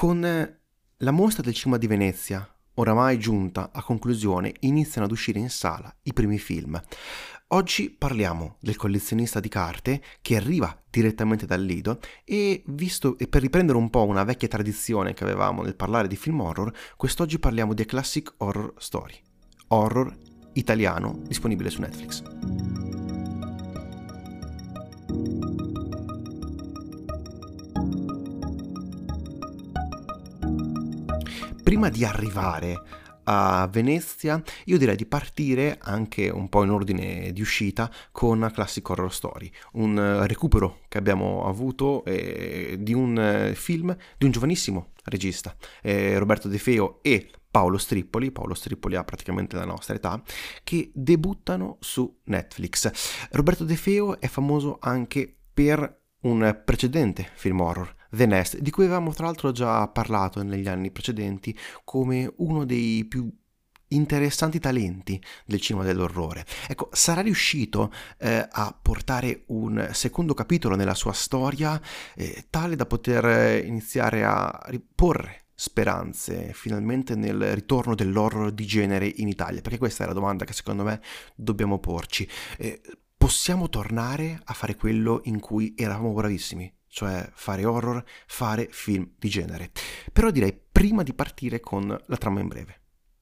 Con la mostra del cinema di Venezia, oramai giunta a conclusione, iniziano ad uscire in sala i primi film. Oggi parliamo del collezionista di carte che arriva direttamente dal Lido e per riprendere un po' una vecchia tradizione che avevamo nel parlare di film horror, quest'oggi parliamo di A Classic Horror Story, horror italiano disponibile su Netflix. Prima di arrivare a Venezia, io direi di partire anche un po' in ordine di uscita con Classic Horror Story, un recupero che abbiamo avuto di un film di un giovanissimo regista, Roberto De Feo e Paolo Strippoli ha praticamente la nostra età, che debuttano su Netflix. Roberto De Feo è famoso anche per un precedente film horror, The Nest, di cui avevamo tra l'altro già parlato negli anni precedenti come uno dei più interessanti talenti del cinema dell'orrore. Ecco, sarà riuscito a portare un secondo capitolo nella sua storia tale da poter iniziare a riporre speranze finalmente nel ritorno dell'horror di genere in Italia, perché questa è la domanda che secondo me dobbiamo porci. Possiamo tornare a fare quello in cui eravamo bravissimi, cioè fare horror, fare film di genere. Però direi prima di partire con la trama in breve.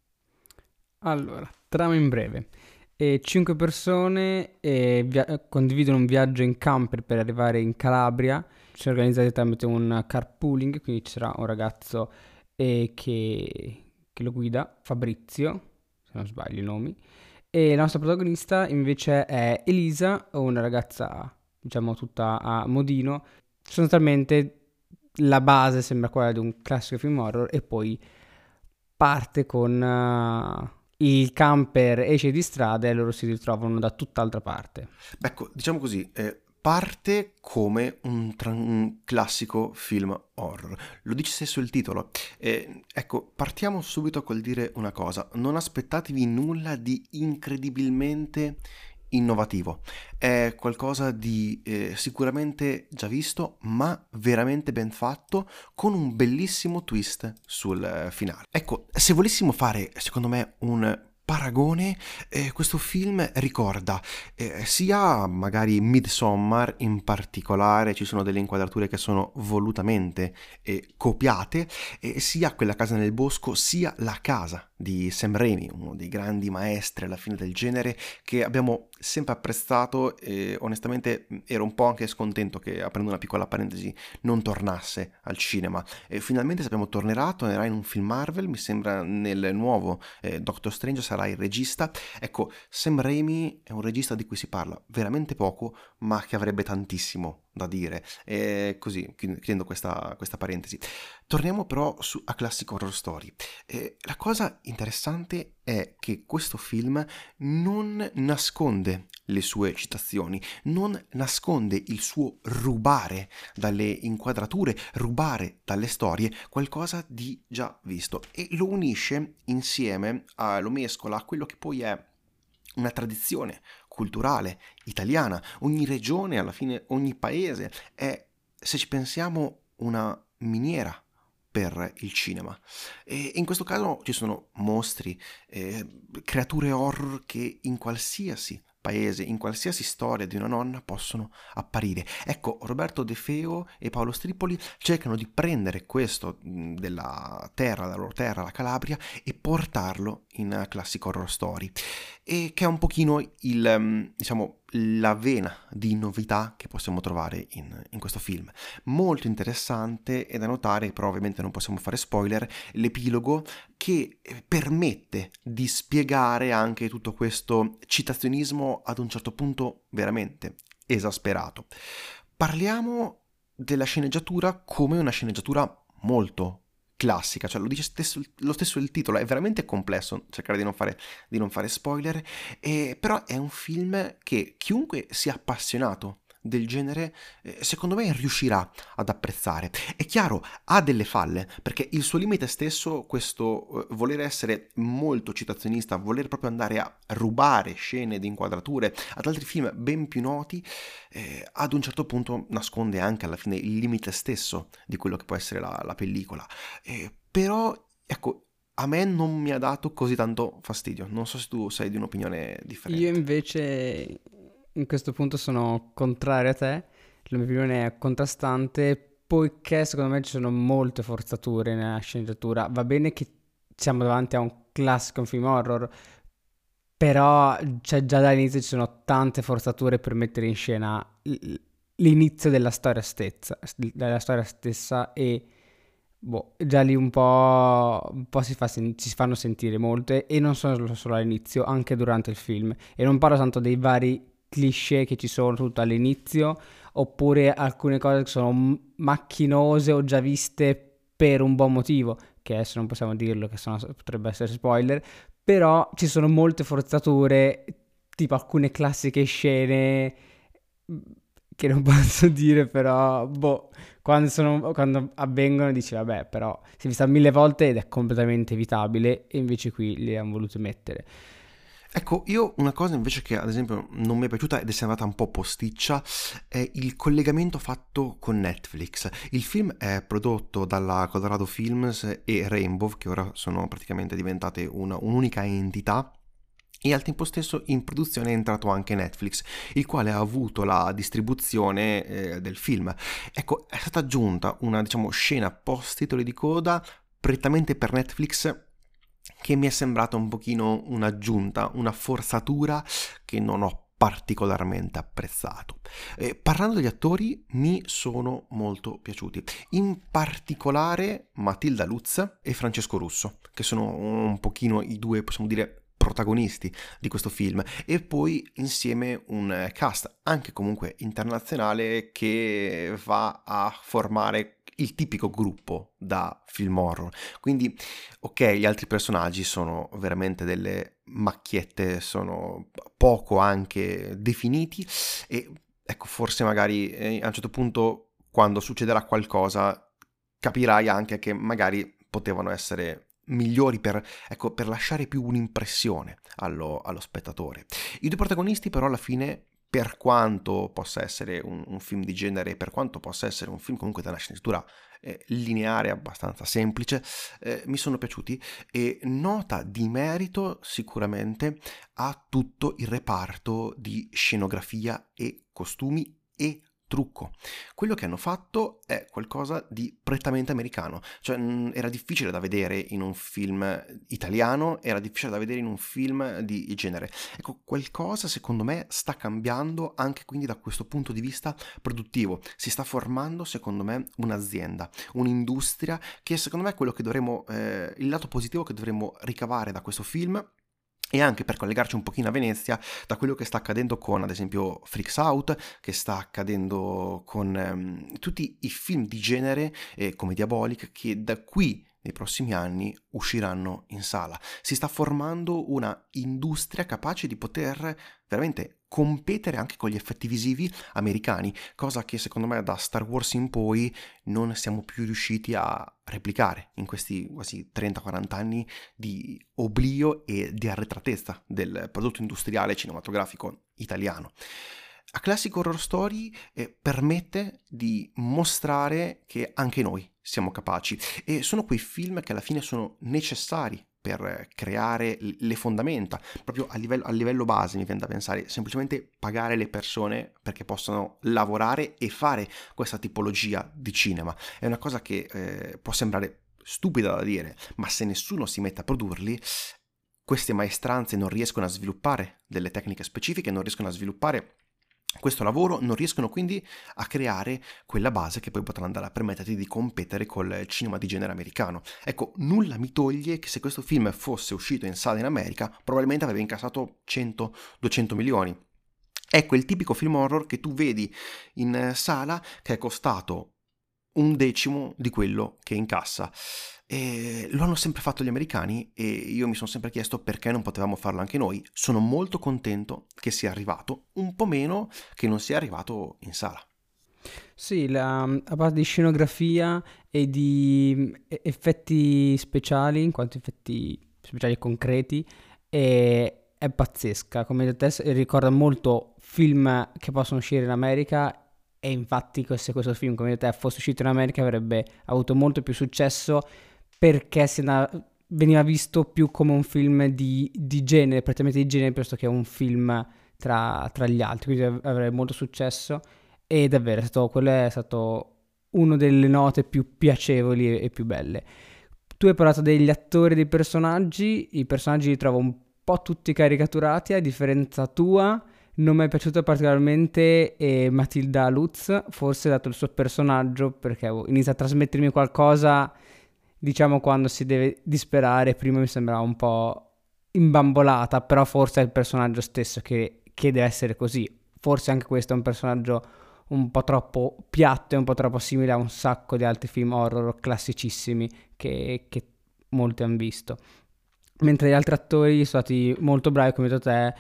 Allora, trama in breve. 5 persone condividono un viaggio in camper per arrivare in Calabria. Si è organizzati tramite un carpooling, quindi ci sarà un ragazzo che lo guida, Fabrizio, se non sbaglio i nomi. E la nostra protagonista invece è Elisa, una ragazza, diciamo, tutta a modino. Sostanzialmente la base sembra quella di un classico film horror e poi parte con il camper esce di strada e loro si ritrovano da tutt'altra parte. Ecco, diciamo così, parte come un classico film horror. Lo dice stesso il titolo. Ecco, partiamo subito col dire una cosa. Non aspettatevi nulla di incredibilmente innovativo. È qualcosa di sicuramente già visto, ma veramente ben fatto, con un bellissimo twist sul finale. Ecco, se volessimo fare, secondo me, un paragone, questo film ricorda sia magari Midsommar, in particolare ci sono delle inquadrature che sono volutamente copiate, sia quella casa nel bosco sia la casa di Sam Raimi, uno dei grandi maestri alla fine del genere che abbiamo sempre apprezzato e onestamente ero un po' anche scontento che, aprendo una piccola parentesi, non tornasse al cinema. Finalmente sappiamo tornerà in un film Marvel, mi sembra nel nuovo Doctor Strange sarà il regista. Ecco, Sam Raimi è un regista di cui si parla veramente poco, ma che avrebbe tantissimo da dire. Così, chiudendo questa parentesi. Torniamo però su A Classic Horror Story. La cosa interessante è che questo film non nasconde le sue citazioni, non nasconde il suo rubare dalle inquadrature, rubare dalle storie qualcosa di già visto e lo unisce insieme, lo mescola a quello che poi è una tradizione culturale italiana. Ogni regione, alla fine ogni paese è, se ci pensiamo, una miniera per il cinema. E in questo caso ci sono mostri, creature horror che in qualsiasi paese, in qualsiasi storia di una nonna possono apparire. Ecco, Roberto De Feo e Paolo Strippoli cercano di prendere questo della loro terra, la Calabria, e portarlo in Classic Horror Story, e che è un pochino diciamo, la vena di novità che possiamo trovare in questo film. Molto interessante, e da notare, però ovviamente non possiamo fare spoiler, l'epilogo che permette di spiegare anche tutto questo citazionismo ad un certo punto veramente esasperato. Parliamo della sceneggiatura come una sceneggiatura molto classica, cioè lo dice lo stesso il titolo, è veramente complesso cercare di non fare spoiler, però è un film che chiunque sia appassionato del genere, secondo me riuscirà ad apprezzare. È chiaro, ha delle falle, perché il suo limite stesso, questo voler essere molto citazionista, voler proprio andare a rubare scene ed inquadrature ad altri film ben più noti, ad un certo punto nasconde anche alla fine il limite stesso di quello che può essere la pellicola. Però, ecco, a me non mi ha dato così tanto fastidio. Non so se tu sei di un'opinione Io differente. invece in questo punto sono contrario a te, la mia opinione è contrastante, poiché secondo me ci sono molte forzature nella sceneggiatura. Va bene che siamo davanti a un classico, un film horror, però cioè, già dall'inizio ci sono tante forzature per mettere in scena l'inizio della storia stessa e boh, già lì un po' si fanno sentire molte e non solo all'inizio, anche durante il film. E non parlo tanto dei vari cliché che ci sono tutto all'inizio, oppure alcune cose che sono macchinose o già viste per un buon motivo, che adesso non possiamo dirlo, che sennò potrebbe essere spoiler, però ci sono molte forzature, tipo alcune classiche scene che non posso dire, però boh, quando avvengono dici vabbè, però si è vista mille volte ed è completamente evitabile e invece qui li hanno volute mettere. Ecco, io una cosa invece che ad esempio non mi è piaciuta ed è sembrata un po' posticcia è il collegamento fatto con Netflix. Il film è prodotto dalla Colorado Films e Rainbow, che ora sono praticamente diventate un'unica entità. E al tempo stesso in produzione è entrato anche Netflix, il quale ha avuto la distribuzione del film. Ecco, è stata aggiunta una, diciamo, scena post titoli di coda prettamente per Netflix che mi è sembrata un pochino un'aggiunta, una forzatura che non ho particolarmente apprezzato. Parlando degli attori, mi sono molto piaciuti, in particolare Matilda Lutz e Francesco Russo, che sono un pochino i due, possiamo dire, protagonisti di questo film, e poi insieme un cast anche comunque internazionale che va a formare il tipico gruppo da film horror. Quindi ok, gli altri personaggi sono veramente delle macchiette, sono poco anche definiti e ecco, forse magari a un certo punto quando succederà qualcosa capirai anche che magari potevano essere migliori per, ecco, per lasciare più un'impressione allo spettatore. I due protagonisti però alla fine, per quanto possa essere un film di genere, per quanto possa essere un film comunque da una sceneggiatura lineare, abbastanza semplice, mi sono piaciuti e nota di merito sicuramente a tutto il reparto di scenografia e costumi e trucco. Quello che hanno fatto è qualcosa di prettamente americano, cioè era difficile da vedere in un film italiano, era difficile da vedere in un film di genere. Ecco, qualcosa secondo me sta cambiando anche quindi da questo punto di vista produttivo. Si sta formando secondo me un'azienda, un'industria che secondo me è quello che dovremmo, il lato positivo che dovremmo ricavare da questo film. E anche per collegarci un pochino a Venezia, da quello che sta accadendo con, ad esempio, Freaks Out, che sta accadendo con tutti i film di genere come Diabolic, che da qui nei prossimi anni usciranno in sala. Si sta formando una industria capace di poter veramente competere anche con gli effetti visivi americani, cosa che secondo me da Star Wars in poi non siamo più riusciti a replicare in questi quasi 30-40 anni di oblio e di arretratezza del prodotto industriale cinematografico italiano. A Classic Horror Story permette di mostrare che anche noi siamo capaci e sono quei film che alla fine sono necessari per creare le fondamenta, proprio a livello base mi viene da pensare, semplicemente pagare le persone perché possano lavorare e fare questa tipologia di cinema. È una cosa che può sembrare stupida da dire, ma se nessuno si mette a produrli, queste maestranze non riescono a sviluppare delle tecniche specifiche, non riescono a sviluppare questo lavoro, non riescono quindi a creare quella base che poi potrà andare a permetterti di competere col cinema di genere americano. Ecco, nulla mi toglie che se questo film fosse uscito in sala in America, probabilmente avrebbe incassato 100-200 milioni. È quel tipico film horror che tu vedi in sala che è costato un decimo di quello che incassa. E lo hanno sempre fatto gli americani e io mi sono sempre chiesto perché non potevamo farlo anche noi. Sono molto contento che sia arrivato, un po' meno che non sia arrivato in sala. Sì, a parte di scenografia e di effetti speciali, in quanto effetti speciali concreti, è pazzesca. Come detto te, ricorda molto film che possono uscire in America e infatti se questo film, come detto te, fosse uscito in America avrebbe avuto molto più successo perché veniva visto più come un film di genere, praticamente di genere, piuttosto che un film tra gli altri, quindi avrebbe molto successo. E davvero, quello è stato una delle note più piacevoli e più belle. Tu hai parlato degli attori, dei personaggi, i personaggi li trovo un po' tutti caricaturati, a differenza tua. Non mi è piaciuto particolarmente Matilda Lutz, forse dato il suo personaggio, perché inizia a trasmettermi qualcosa, diciamo quando si deve disperare, prima mi sembrava un po' imbambolata, però forse è il personaggio stesso che deve essere così. Forse anche questo è un personaggio un po' troppo piatto e un po' troppo simile a un sacco di altri film horror classicissimi che molti hanno visto. Mentre gli altri attori sono stati molto bravi, come hai detto te,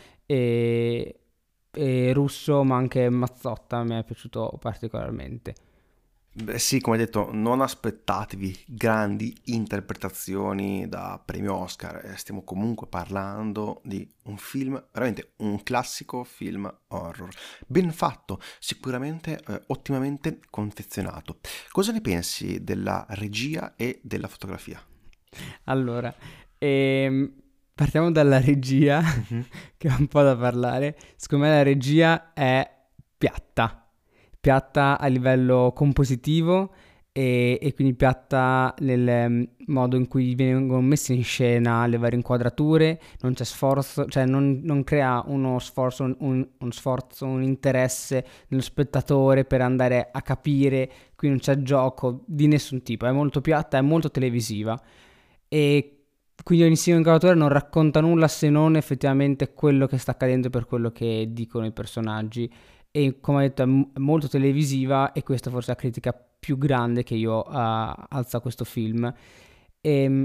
e Russo, ma anche Mazzotta mi è piaciuto particolarmente. Beh, sì, come detto, non aspettatevi grandi interpretazioni da premio Oscar, stiamo comunque parlando di un film, veramente un classico film horror, ben fatto, sicuramente ottimamente confezionato. Cosa ne pensi della regia e della fotografia? Allora, partiamo dalla regia, Mhm. che è un po' da parlare. Secondo me la regia è piatta. Piatta a livello compositivo e quindi piatta nel modo in cui vengono messe in scena le varie inquadrature, non c'è sforzo, cioè non crea uno sforzo, un sforzo, un interesse nello spettatore per andare a capire, qui non c'è gioco di nessun tipo, è molto piatta, è molto televisiva e quindi ogni singolo inquadratore non racconta nulla se non effettivamente quello che sta accadendo per quello che dicono i personaggi e come ho detto è molto televisiva e questa forse è la critica più grande che io alzo a questo film. E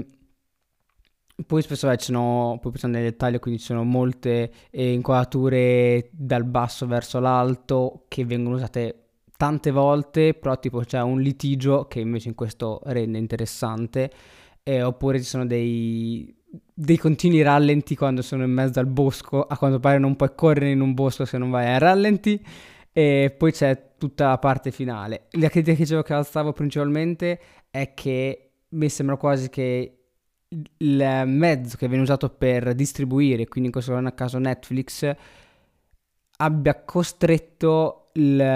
poi spesso poi pensando nei dettagli, quindi ci sono molte inquadrature dal basso verso l'alto che vengono usate tante volte, però tipo c'è un litigio che invece in questo rende interessante, oppure ci sono dei continui rallenti quando sono in mezzo al bosco, a quanto pare non puoi correre in un bosco se non vai a rallenti, e poi c'è tutta la parte finale. La critica che dicevo che alzavo principalmente è che mi sembra quasi che il mezzo che viene usato per distribuire, quindi in questo caso Netflix, abbia costretto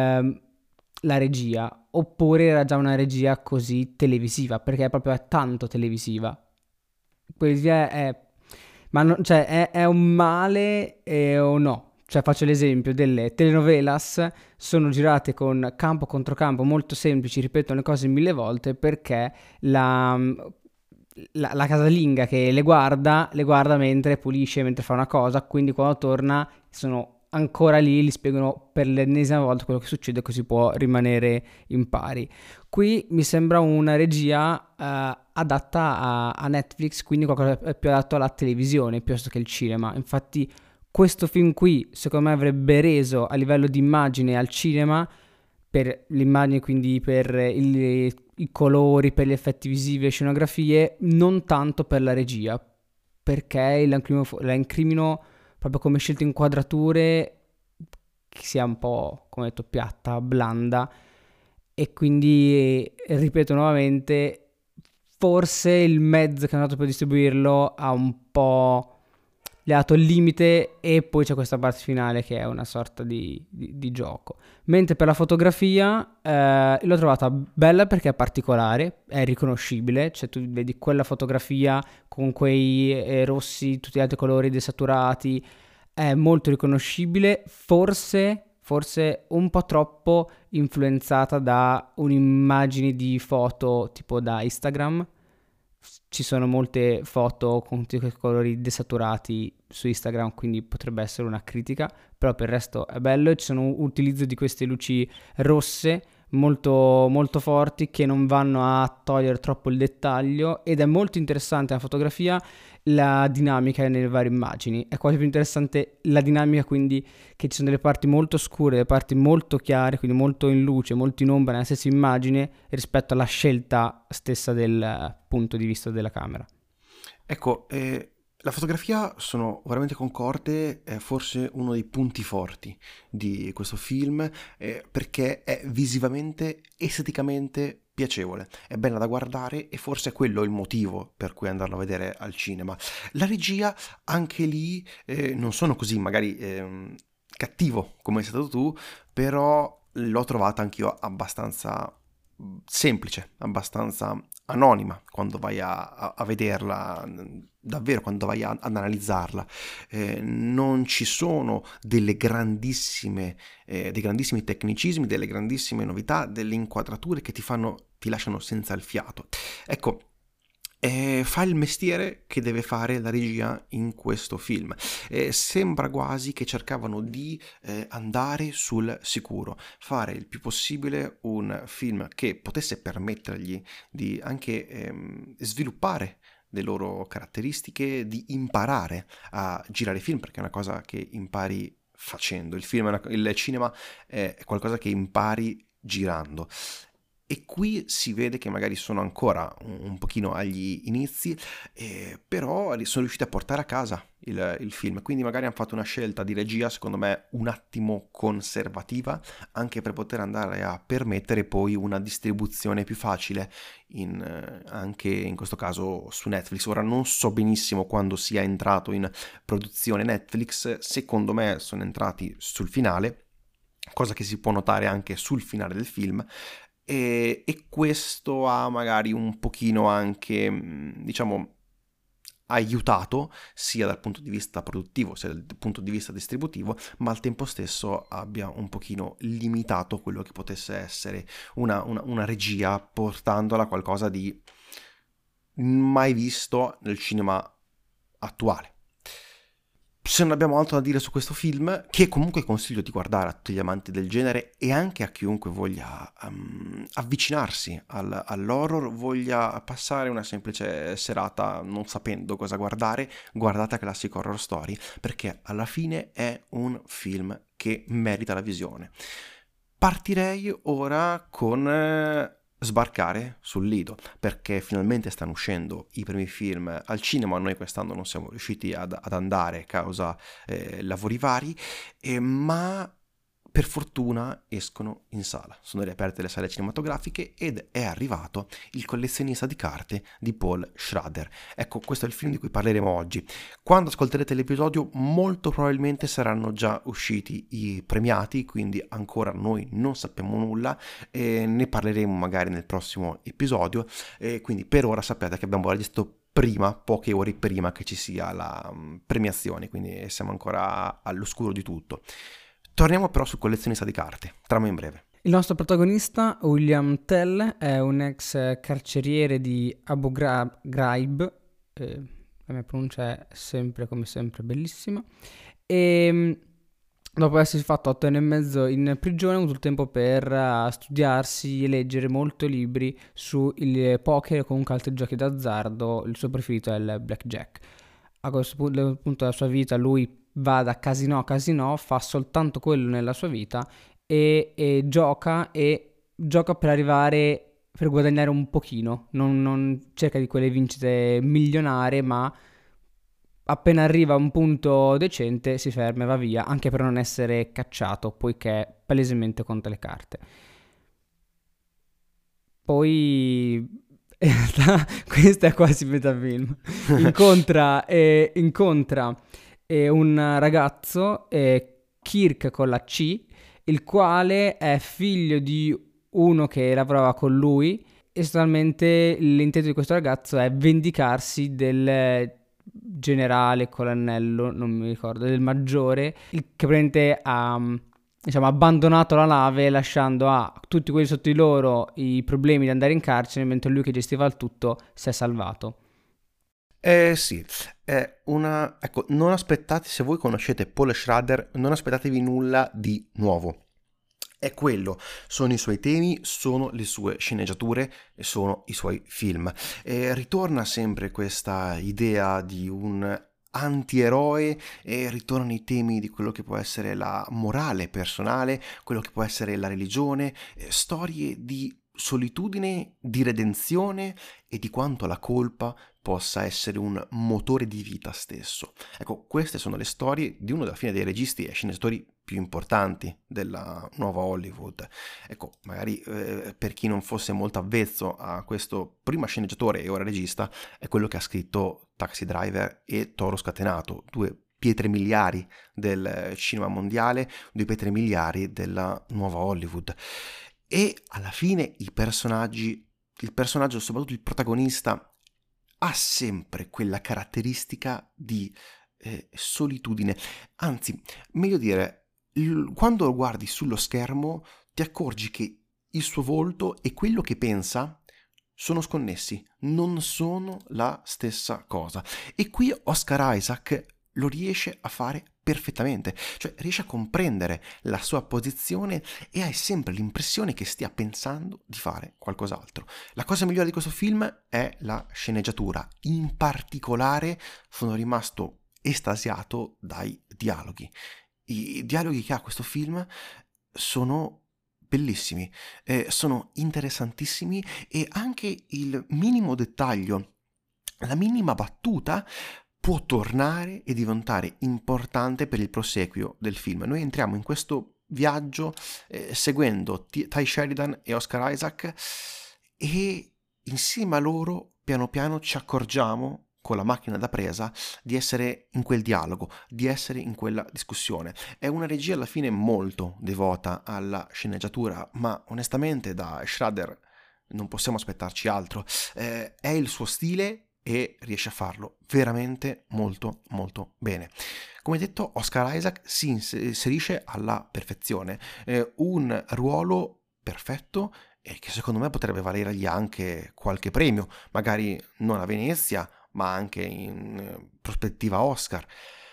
la regia, oppure era già una regia così televisiva, perché proprio è tanto televisiva. Poesia ma cioè, è un male o no? Cioè, faccio l'esempio delle telenovelas, sono girate con campo contro campo molto semplici, ripetono le cose mille volte perché la casalinga che le guarda mentre pulisce, mentre fa una cosa, quindi quando torna sono ancora lì, gli spiegano per l'ennesima volta quello che succede così può rimanere in pari. Qui mi sembra una regia adatta a Netflix, quindi qualcosa più adatto alla televisione piuttosto che al cinema. Infatti questo film qui secondo me avrebbe reso a livello di immagine al cinema, per l'immagine quindi per i colori, per gli effetti visivi e scenografie, non tanto per la regia, perché la incrimino proprio come scelte inquadrature che sia un po', come detto, piatta, blanda e quindi, ripeto nuovamente, forse il mezzo che hanno dato per distribuirlo ha un po' gli ha dato il limite e poi c'è questa parte finale che è una sorta di gioco. Mentre per la fotografia l'ho trovata bella perché è particolare, è riconoscibile, cioè tu vedi quella fotografia con quei rossi, tutti gli altri colori desaturati, è molto riconoscibile, forse un po' troppo influenzata da un'immagine di foto tipo da Instagram. Ci sono molte foto con tutti quei colori desaturati su Instagram, quindi potrebbe essere una critica, però per il resto è bello. Ci sono un utilizzo di queste luci rosse molto, molto forti che non vanno a togliere troppo il dettaglio, ed è molto interessante la fotografia, la dinamica nelle varie immagini. È quasi più interessante la dinamica, quindi che ci sono delle parti molto scure, delle parti molto chiare, quindi molto in luce, molto in ombra nella stessa immagine, rispetto alla scelta stessa del punto di vista della camera. Ecco, la fotografia, sono veramente concorde, è forse uno dei punti forti di questo film, perché è visivamente, esteticamente piacevole, è bella da guardare e forse è quello il motivo per cui andarlo a vedere al cinema. La regia, anche lì, non sono così magari cattivo come sei stato tu, però l'ho trovata anch'io abbastanza semplice, abbastanza anonima quando vai a vederla, davvero quando vai ad analizzarla. Non ci sono delle grandissime, dei grandissimi tecnicismi, delle grandissime novità, delle inquadrature che ti lasciano senza il fiato. Ecco, fa il mestiere che deve fare la regia in questo film. Sembra quasi che cercavano di andare sul sicuro, fare il più possibile un film che potesse permettergli di anche sviluppare le loro caratteristiche, di imparare a girare film, perché è una cosa che impari facendo. Il cinema è qualcosa che impari girando. E qui si vede che magari sono ancora un pochino agli inizi, però sono riusciti a portare a casa il film. Quindi magari hanno fatto una scelta di regia, secondo me, un attimo conservativa, anche per poter andare a permettere poi una distribuzione più facile, anche in questo caso su Netflix. Ora non so benissimo quando sia entrato in produzione Netflix, secondo me sono entrati sul finale, cosa che si può notare anche sul finale del film. E questo ha magari un pochino anche, diciamo, aiutato sia dal punto di vista produttivo sia dal punto di vista distributivo, ma al tempo stesso abbia un pochino limitato quello che potesse essere una regia, portandola a qualcosa di mai visto nel cinema attuale. Se non abbiamo altro da dire su questo film, che comunque consiglio di guardare a tutti gli amanti del genere e anche a chiunque voglia avvicinarsi all'horror, voglia passare una semplice serata non sapendo cosa guardare, guardate Classic Horror Story, perché alla fine è un film che merita la visione. Partirei ora con sbarcare sul Lido, perché finalmente stanno uscendo i primi film al cinema. Noi quest'anno non siamo riusciti ad andare causa lavori vari, ma per fortuna escono in sala. Sono riaperte le sale cinematografiche ed è arrivato Il collezionista di carte di Paul Schrader. Ecco, questo è il film di cui parleremo oggi. Quando ascolterete l'episodio molto probabilmente saranno già usciti i premiati, quindi ancora noi non sappiamo nulla, ne parleremo magari nel prossimo episodio, quindi per ora sappiate che abbiamo registrato prima, poche ore prima che ci sia la premiazione, quindi siamo ancora all'oscuro di tutto. Torniamo però sul collezionista di carte, trama in breve. Il nostro protagonista, William Tell, è un ex carceriere di Abu Ghraib, la mia pronuncia è sempre come sempre bellissima, e dopo essersi fatto 8 anni e mezzo in prigione ha avuto il tempo per studiarsi e leggere molti libri su il poker e comunque altri giochi d'azzardo. Il suo preferito è il blackjack. A questo punto della sua vita lui va da casino a casino, fa soltanto quello nella sua vita e gioca per arrivare, per guadagnare un pochino, non cerca di quelle vincite milionarie, ma appena arriva a un punto decente si ferma e va via, anche per non essere cacciato, poiché palesemente conta le carte. Poi questa è quasi metà film. Incontra un ragazzo, Kirk con la C, il quale è figlio di uno che lavorava con lui. E sostanzialmente l'intento di questo ragazzo è vendicarsi del generale, colonnello, non mi ricordo, del maggiore, che praticamente ha, diciamo, abbandonato la nave, lasciando a tutti quelli sotto di loro i problemi di andare in carcere, mentre lui che gestiva il tutto si è salvato. Sì, è una... Ecco, non aspettate, se voi conoscete Paul Schrader, non aspettatevi nulla di nuovo. È quello, sono i suoi temi, sono le sue sceneggiature e sono i suoi film. E ritorna sempre questa idea di un antieroe e ritornano i temi di quello che può essere la morale personale, quello che può essere la religione, storie di solitudine, di redenzione e di quanto la colpa possa essere un motore di vita stesso. Ecco, queste sono le storie di uno della fine dei registi e sceneggiatori più importanti della nuova Hollywood. Ecco, magari per chi non fosse molto avvezzo a questo prima sceneggiatore e ora regista, è quello che ha scritto Taxi Driver e Toro Scatenato, due pietre miliari del cinema mondiale, due pietre miliari della nuova Hollywood. E alla fine il personaggio, soprattutto il protagonista, ha sempre quella caratteristica di solitudine. Anzi, meglio dire, quando lo guardi sullo schermo ti accorgi che il suo volto e quello che pensa sono sconnessi, non sono la stessa cosa. E qui Oscar Isaac lo riesce a fare perfettamente, cioè riesce a comprendere la sua posizione e hai sempre l'impressione che stia pensando di fare qualcos'altro. La cosa migliore di questo film è la sceneggiatura, in particolare sono rimasto estasiato dai dialoghi. I dialoghi che ha questo film sono bellissimi, sono interessantissimi e anche il minimo dettaglio, la minima battuta può tornare e diventare importante per il proseguio del film. Noi entriamo in questo viaggio seguendo Ty Sheridan e Oscar Isaac e insieme a loro piano piano ci accorgiamo con la macchina da presa di essere in quel dialogo, di essere in quella discussione. È una regia alla fine molto devota alla sceneggiatura, ma onestamente da Schrader non possiamo aspettarci altro. È il suo stile e riesce a farlo veramente molto molto bene. Come detto, Oscar Isaac si inserisce alla perfezione, un ruolo perfetto e che secondo me potrebbe valergli anche qualche premio, magari non a Venezia, ma anche in prospettiva Oscar.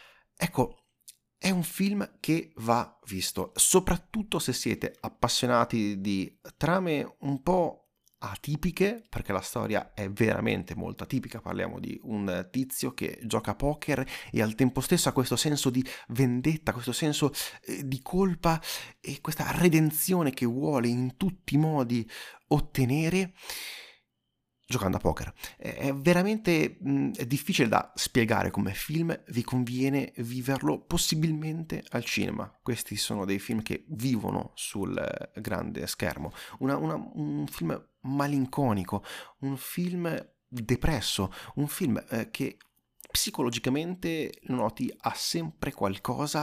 Ecco, è un film che va visto, soprattutto se siete appassionati di trame un po' atipiche, perché la storia è veramente molto atipica. Parliamo di un tizio che gioca a poker e al tempo stesso ha questo senso di vendetta, questo senso di colpa e questa redenzione che vuole in tutti i modi ottenere giocando a poker. È veramente è difficile da spiegare come film, vi conviene viverlo possibilmente al cinema. Questi sono dei film che vivono sul grande schermo. Un film malinconico, un film depresso, un film che psicologicamente, lo noti, ha sempre qualcosa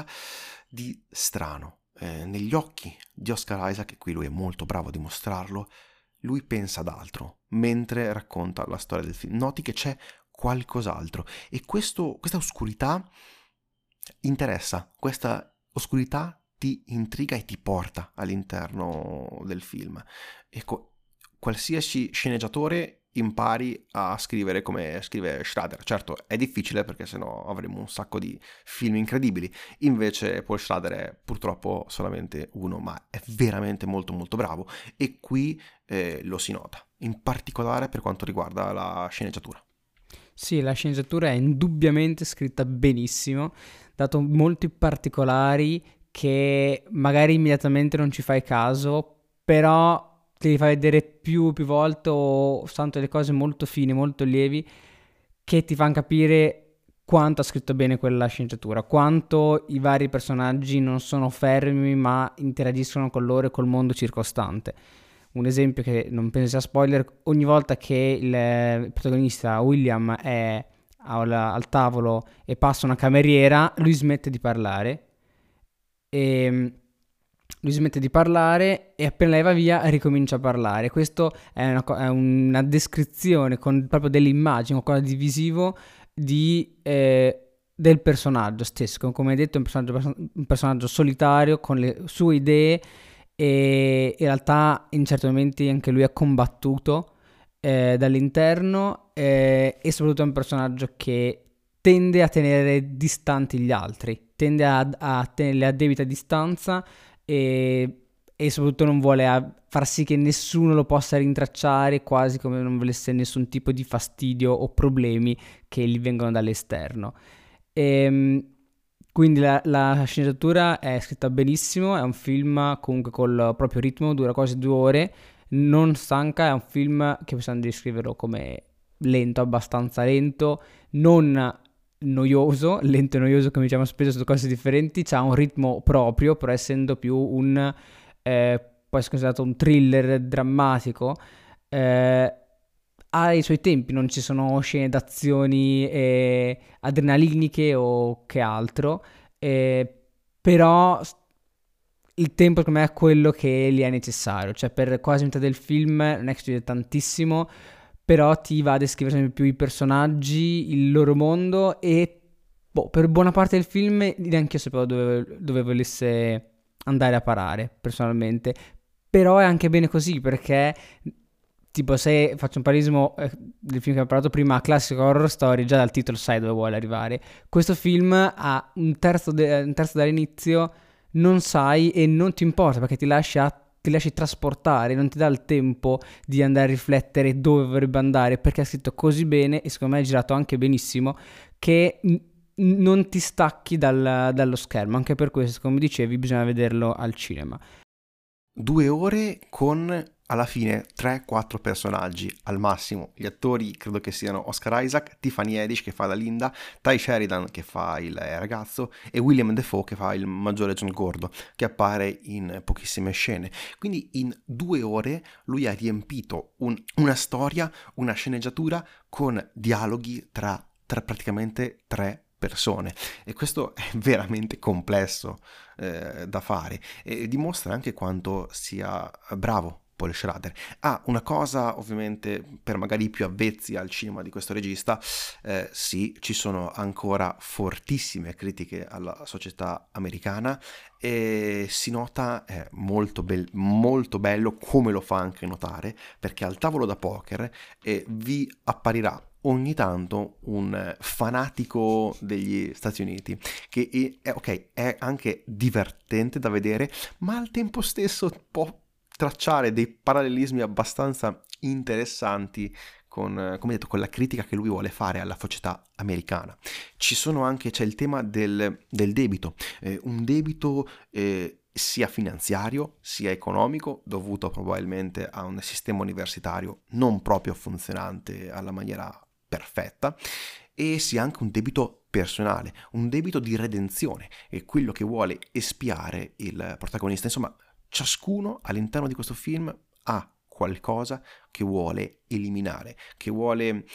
di strano. Negli occhi di Oscar Isaac, e qui lui è molto bravo a dimostrarlo, lui pensa ad altro mentre racconta la storia del film. Noti che c'è qualcos'altro e questa oscurità interessa, questa oscurità ti intriga e ti porta all'interno del film. Ecco, qualsiasi sceneggiatore impari a scrivere come scrive Schrader. Certo, è difficile perché sennò avremo un sacco di film incredibili. Invece Paul Schrader è purtroppo solamente uno, ma è veramente molto molto bravo e qui lo si nota, in particolare per quanto riguarda la sceneggiatura. Sì, la sceneggiatura è indubbiamente scritta benissimo, dato molti particolari che magari immediatamente non ci fai caso, però te li fa vedere più volte o soltanto delle cose molto fini, molto lievi che ti fanno capire quanto ha scritto bene quella sceneggiatura, quanto i vari personaggi non sono fermi ma interagiscono con loro e col mondo circostante. Un esempio che non penso sia spoiler: ogni volta che il protagonista William è al tavolo e passa una cameriera, lui smette di parlare e appena lei va via ricomincia a parlare. Questo è una descrizione con proprio delle immagini, qualcosa di visivo del personaggio stesso. Come hai detto, è un personaggio solitario con le sue idee e in realtà in certi momenti anche lui è combattuto dall'interno e soprattutto è un personaggio che tende a tenere distanti gli altri, tende a tenerli a debita distanza e e soprattutto non vuole far sì che nessuno lo possa rintracciare, quasi come non volesse nessun tipo di fastidio o problemi che gli vengono dall'esterno. Quindi la sceneggiatura è scritta benissimo, è un film comunque col proprio ritmo, dura quasi 2 ore, non stanca, è un film che possiamo descriverlo come lento, abbastanza lento, non noioso, lento e noioso come diciamo spesso su cose differenti, c'ha un ritmo proprio, però essendo più può essere considerato un thriller drammatico, eh, ha i suoi tempi, non ci sono scene d'azioni adrenaliniche o che altro, però il tempo secondo me è quello che gli è necessario, cioè per quasi metà del film non è che succede tantissimo, però ti va a descrivere sempre più i personaggi, il loro mondo e per buona parte del film neanche io sapevo dove volesse andare a parare, personalmente. Però è anche bene così, perché tipo se faccio un parallelismo del film che abbiamo parlato prima, classico horror story, già dal titolo sai dove vuole arrivare. Questo film ha un terzo dall'inizio, non sai e non ti importa perché ti lasci trasportare, non ti dà il tempo di andare a riflettere dove vorrebbe andare, perché è scritto così bene e secondo me è girato anche benissimo che non ti stacchi dallo schermo. Anche per questo, come dicevi, bisogna vederlo al cinema. 2 ore con alla fine 3-4 personaggi al massimo. Gli attori credo che siano Oscar Isaac, Tiffany Haddish che fa la Linda, Ty Sheridan che fa il ragazzo e William Dafoe che fa il maggiore John Gordo, che appare in pochissime scene. Quindi in 2 ore lui ha riempito una storia, una sceneggiatura con dialoghi tra praticamente 3 persone, e questo è veramente complesso da fare e dimostra anche quanto sia bravo Paul Schrader. Una cosa ovviamente per magari i più avvezzi al cinema di questo regista, sì, ci sono ancora fortissime critiche alla società americana e si nota, è molto bello come lo fa anche notare, perché al tavolo da poker vi apparirà ogni tanto un fanatico degli Stati Uniti che è anche divertente da vedere, ma al tempo stesso può tracciare dei parallelismi abbastanza interessanti con, come detto, con la critica che lui vuole fare alla società americana. C'è il tema del debito, un debito sia finanziario sia economico, dovuto probabilmente a un sistema universitario non proprio funzionante alla maniera perfetta, e sia anche un debito personale, un debito di redenzione, è quello che vuole espiare il protagonista. Insomma, ciascuno all'interno di questo film ha qualcosa che vuole eliminare, che vuole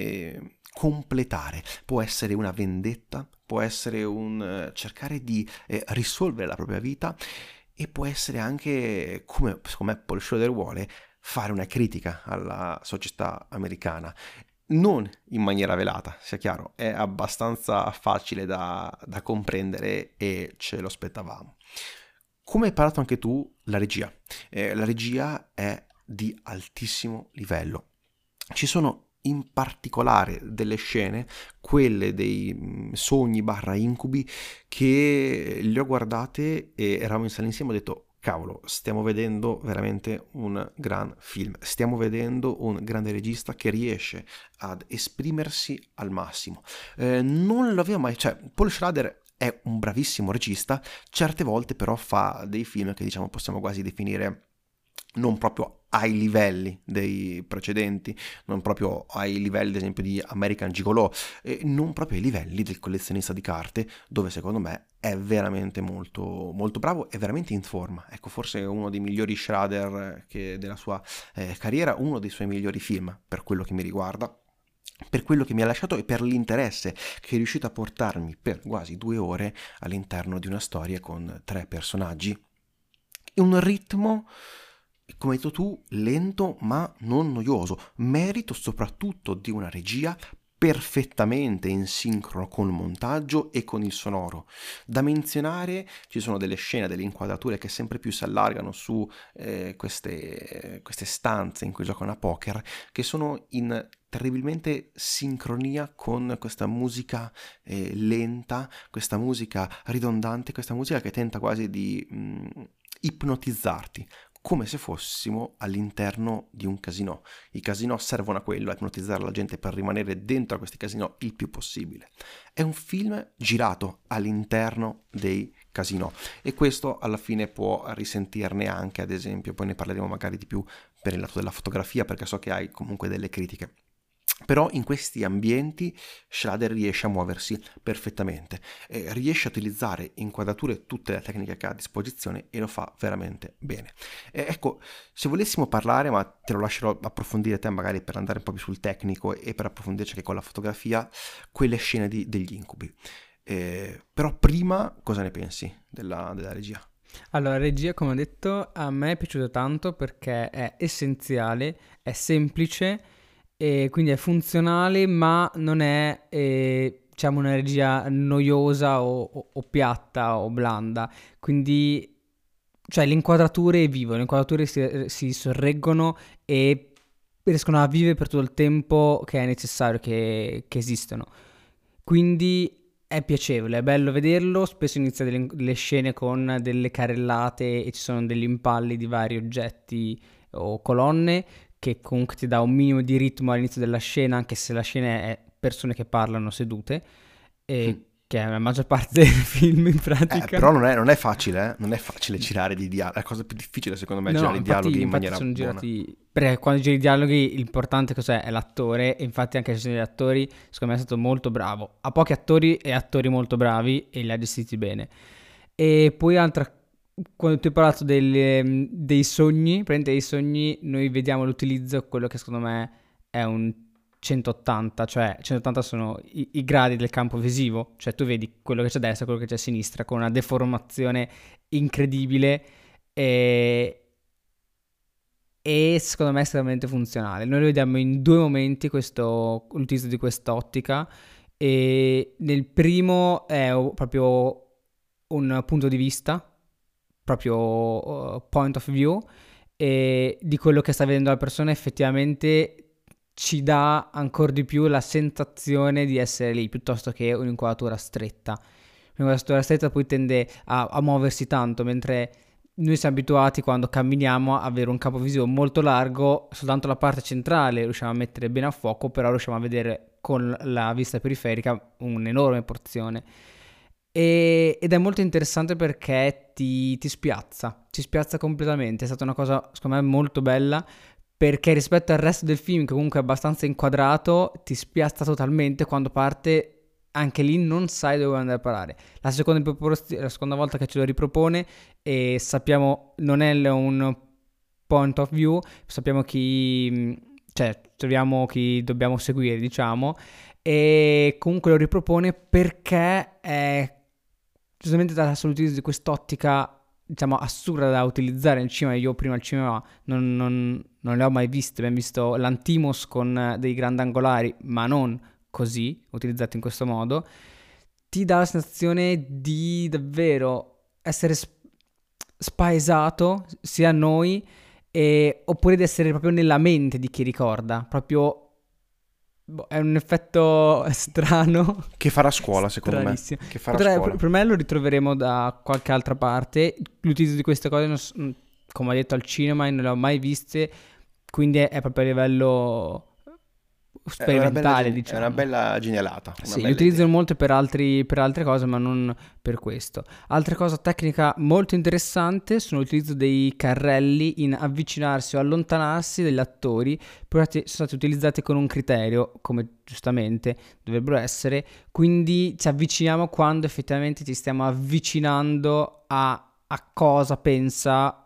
completare. Può essere una vendetta, può essere un cercare di risolvere la propria vita, e può essere anche, come secondo me Paul Schroeder vuole, fare una critica alla società americana. Non in maniera velata, sia chiaro, è abbastanza facile da comprendere e ce lo aspettavamo. Come hai parlato anche tu, la regia. La regia è di altissimo livello. Ci sono in particolare delle scene, quelle dei sogni barra incubi, che le ho guardate e eravamo in sala insieme e ho detto: cavolo, stiamo vedendo veramente un gran film, stiamo vedendo un grande regista che riesce ad esprimersi al massimo. Non l'avevo mai, cioè Paul Schrader è un bravissimo regista, certe volte però fa dei film che diciamo possiamo quasi definire non proprio ai livelli dei precedenti, non proprio ai livelli ad esempio di American Gigolo, non proprio ai livelli del collezionista di carte, dove secondo me è veramente molto bravo e veramente in forma. Ecco, forse è uno dei migliori Schrader della sua carriera, uno dei suoi migliori film per quello che mi riguarda, per quello che mi ha lasciato e per l'interesse che è riuscito a portarmi per quasi 2 ore all'interno di una storia con 3 personaggi e un ritmo, come hai detto tu, lento ma non noioso, merito soprattutto di una regia perfettamente in sincrono con il montaggio e con il sonoro. Da menzionare, ci sono delle scene, delle inquadrature che sempre più si allargano su queste stanze in cui giocano a poker, che sono in terribilmente sincronia con questa musica lenta, questa musica ridondante, questa musica che tenta quasi di ipnotizzarti, come se fossimo all'interno di un casinò. I casinò servono a quello, a ipnotizzare la gente per rimanere dentro a questi casinò il più possibile. È un film girato all'interno dei casinò e questo alla fine può risentirne anche, ad esempio, poi ne parleremo magari di più per il lato della fotografia, perché so che hai comunque delle critiche. Però in questi ambienti Schrader riesce a muoversi perfettamente, riesce a utilizzare inquadrature tutte le tecniche che ha a disposizione e lo fa veramente bene. Ecco, se volessimo parlare, ma te lo lascerò approfondire te magari per andare un po' più sul tecnico e per approfondirci anche con la fotografia, quelle scene degli incubi. Però prima cosa ne pensi della regia? Allora, regia, come ho detto, a me è piaciuta tanto perché è essenziale, è semplice e quindi è funzionale, ma non è, diciamo, una regia noiosa o piatta o blanda. Quindi, cioè, le inquadrature vivono, le inquadrature si sorreggono e riescono a vivere per tutto il tempo che è necessario che esistano. Quindi è piacevole, è bello vederlo, spesso inizia delle scene con delle carrellate e ci sono degli impalli di vari oggetti o colonne che comunque ti dà un minimo di ritmo all'inizio della scena, anche se la scena è persone che parlano sedute, e che è la maggior parte del film in pratica. Però non è facile, non è facile girare di dialoghi, la cosa più difficile secondo me è girare i dialoghi in maniera sono buona. Perché quando giri i dialoghi l'importante cos'è? È l'attore, e infatti anche se sono gli attori, secondo me è stato molto bravo. Ha pochi attori e attori molto bravi e li ha gestiti bene. E poi quando tu hai parlato dei sogni, prende dei sogni, noi vediamo l'utilizzo, quello che secondo me è un 180, cioè 180 sono i gradi del campo visivo, cioè tu vedi quello che c'è a destra e quello che c'è a sinistra con una deformazione incredibile e secondo me è estremamente funzionale. Noi lo vediamo in due momenti l'utilizzo di quest'ottica, e nel primo è proprio un punto di vista, proprio point of view, e di quello che sta vedendo la persona effettivamente ci dà ancora di più la sensazione di essere lì, piuttosto che un'inquadratura stretta. Un'inquadratura stretta poi tende a muoversi tanto, mentre noi siamo abituati quando camminiamo a avere un campo visivo molto largo, soltanto la parte centrale riusciamo a mettere bene a fuoco, però riusciamo a vedere con la vista periferica un'enorme porzione. Ed è molto interessante perché ti spiazza completamente. È stata una cosa, secondo me, molto bella, perché rispetto al resto del film, che comunque è abbastanza inquadrato, ti spiazza totalmente quando parte. Anche lì non sai dove andare a parare. La seconda volta che ce lo ripropone e sappiamo, non è un point of view, sappiamo cioè troviamo chi dobbiamo seguire, diciamo, e comunque lo ripropone perché è giustamente dall'utilizzo di quest'ottica, diciamo, assurda da utilizzare nel cinema. Io prima al cinema non le ho mai viste, abbiamo visto l'Antimos con dei grandangolari, ma non così, utilizzati in questo modo. Ti dà la sensazione di davvero essere spaesato, sia noi, oppure di essere proprio nella mente di chi ricorda, proprio. È un effetto strano. Che farà scuola, secondo me. Che farà scuola. Per me lo ritroveremo da qualche altra parte. L'utilizzo di queste cose, come ho detto, al cinema non le ho mai viste, quindi è proprio a livello sperimentale, diciamo. È una bella genialata. Sì, li utilizzano molto per altre cose, ma non per questo. Altra cosa tecnica molto interessante sono l'utilizzo dei carrelli in avvicinarsi o allontanarsi degli attori, però sono stati utilizzati con un criterio, come giustamente dovrebbero essere, quindi ci avviciniamo quando effettivamente ci stiamo avvicinando a cosa pensa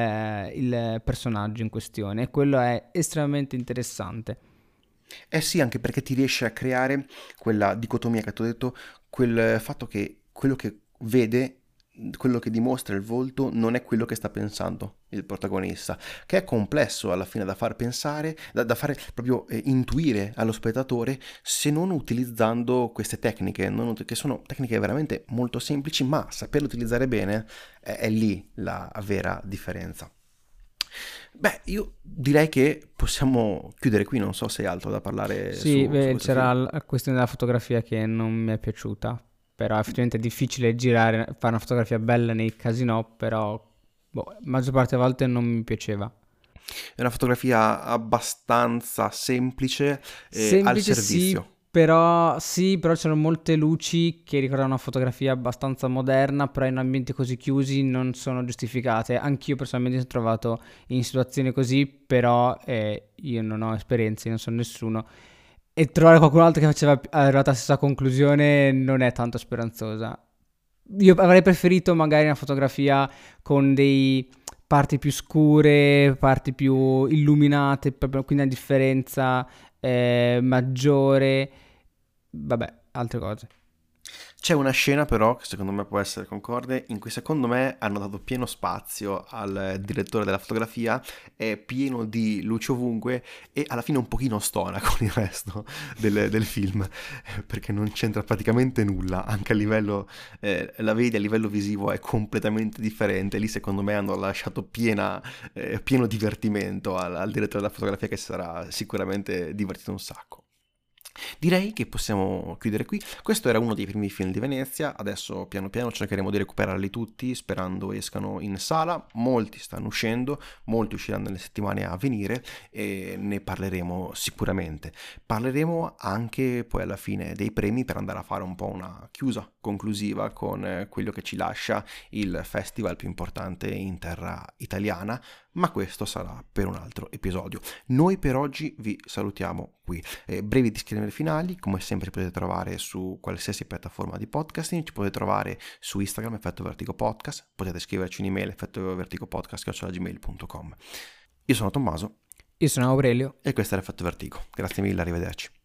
il personaggio in questione, e quello è estremamente interessante. Eh sì, anche perché ti riesce a creare quella dicotomia che ti ho detto, quel fatto che quello che vede, quello che dimostra il volto, non è quello che sta pensando il protagonista, che è complesso alla fine da far pensare, da fare proprio intuire allo spettatore, se non utilizzando queste tecniche, che sono tecniche veramente molto semplici, ma saperle utilizzare bene è lì la vera differenza. Beh, io direi che possiamo chiudere qui, non so se hai altro da parlare Sì, su questo c'era film. la questione della fotografia che non mi è piaciuta, però effettivamente è difficile fare una fotografia bella nei casinò, però boh, la maggior parte delle volte non mi piaceva. È una fotografia abbastanza semplice al Semplice servizio. sì, però c'erano molte luci che ricordano una fotografia abbastanza moderna, però in ambienti così chiusi non sono giustificate. Anch'io personalmente mi sono trovato in situazioni così, però io non ho esperienze, non sono nessuno. E trovare qualcun altro che faceva arrivata alla stessa conclusione non è tanto speranzosa. Io avrei preferito magari una fotografia con dei parti più scure, parti più illuminate, proprio quindi una differenza maggiore. Vabbè, altre cose. C'è una scena però, che secondo me può essere concorde, in cui secondo me hanno dato pieno spazio al direttore della fotografia, è pieno di luce ovunque e alla fine un pochino stona con il resto del film, perché non c'entra praticamente nulla, anche a livello, la vedi a livello visivo è completamente differente, lì secondo me hanno lasciato pieno divertimento al direttore della fotografia che sarà sicuramente divertito un sacco. Direi che possiamo chiudere qui. Questo era uno dei primi film di Venezia, adesso piano piano cercheremo di recuperarli tutti sperando escano in sala, molti stanno uscendo, molti usciranno nelle settimane a venire e ne parleremo sicuramente. Parleremo anche poi alla fine dei premi per andare a fare un po' una chiusa conclusiva con quello che ci lascia il festival più importante in terra italiana, ma questo sarà per un altro episodio. Noi per oggi vi salutiamo qui. Brevi disclaimer finali, come sempre potete trovare su qualsiasi piattaforma di podcasting, ci potete trovare su Instagram Effetto Vertigo Podcast, potete scriverci un'email effettovertigopodcast@gmail.com. Io sono Tommaso Io sono Aurelio. e questo è l'Effetto Vertigo. Grazie mille, arrivederci.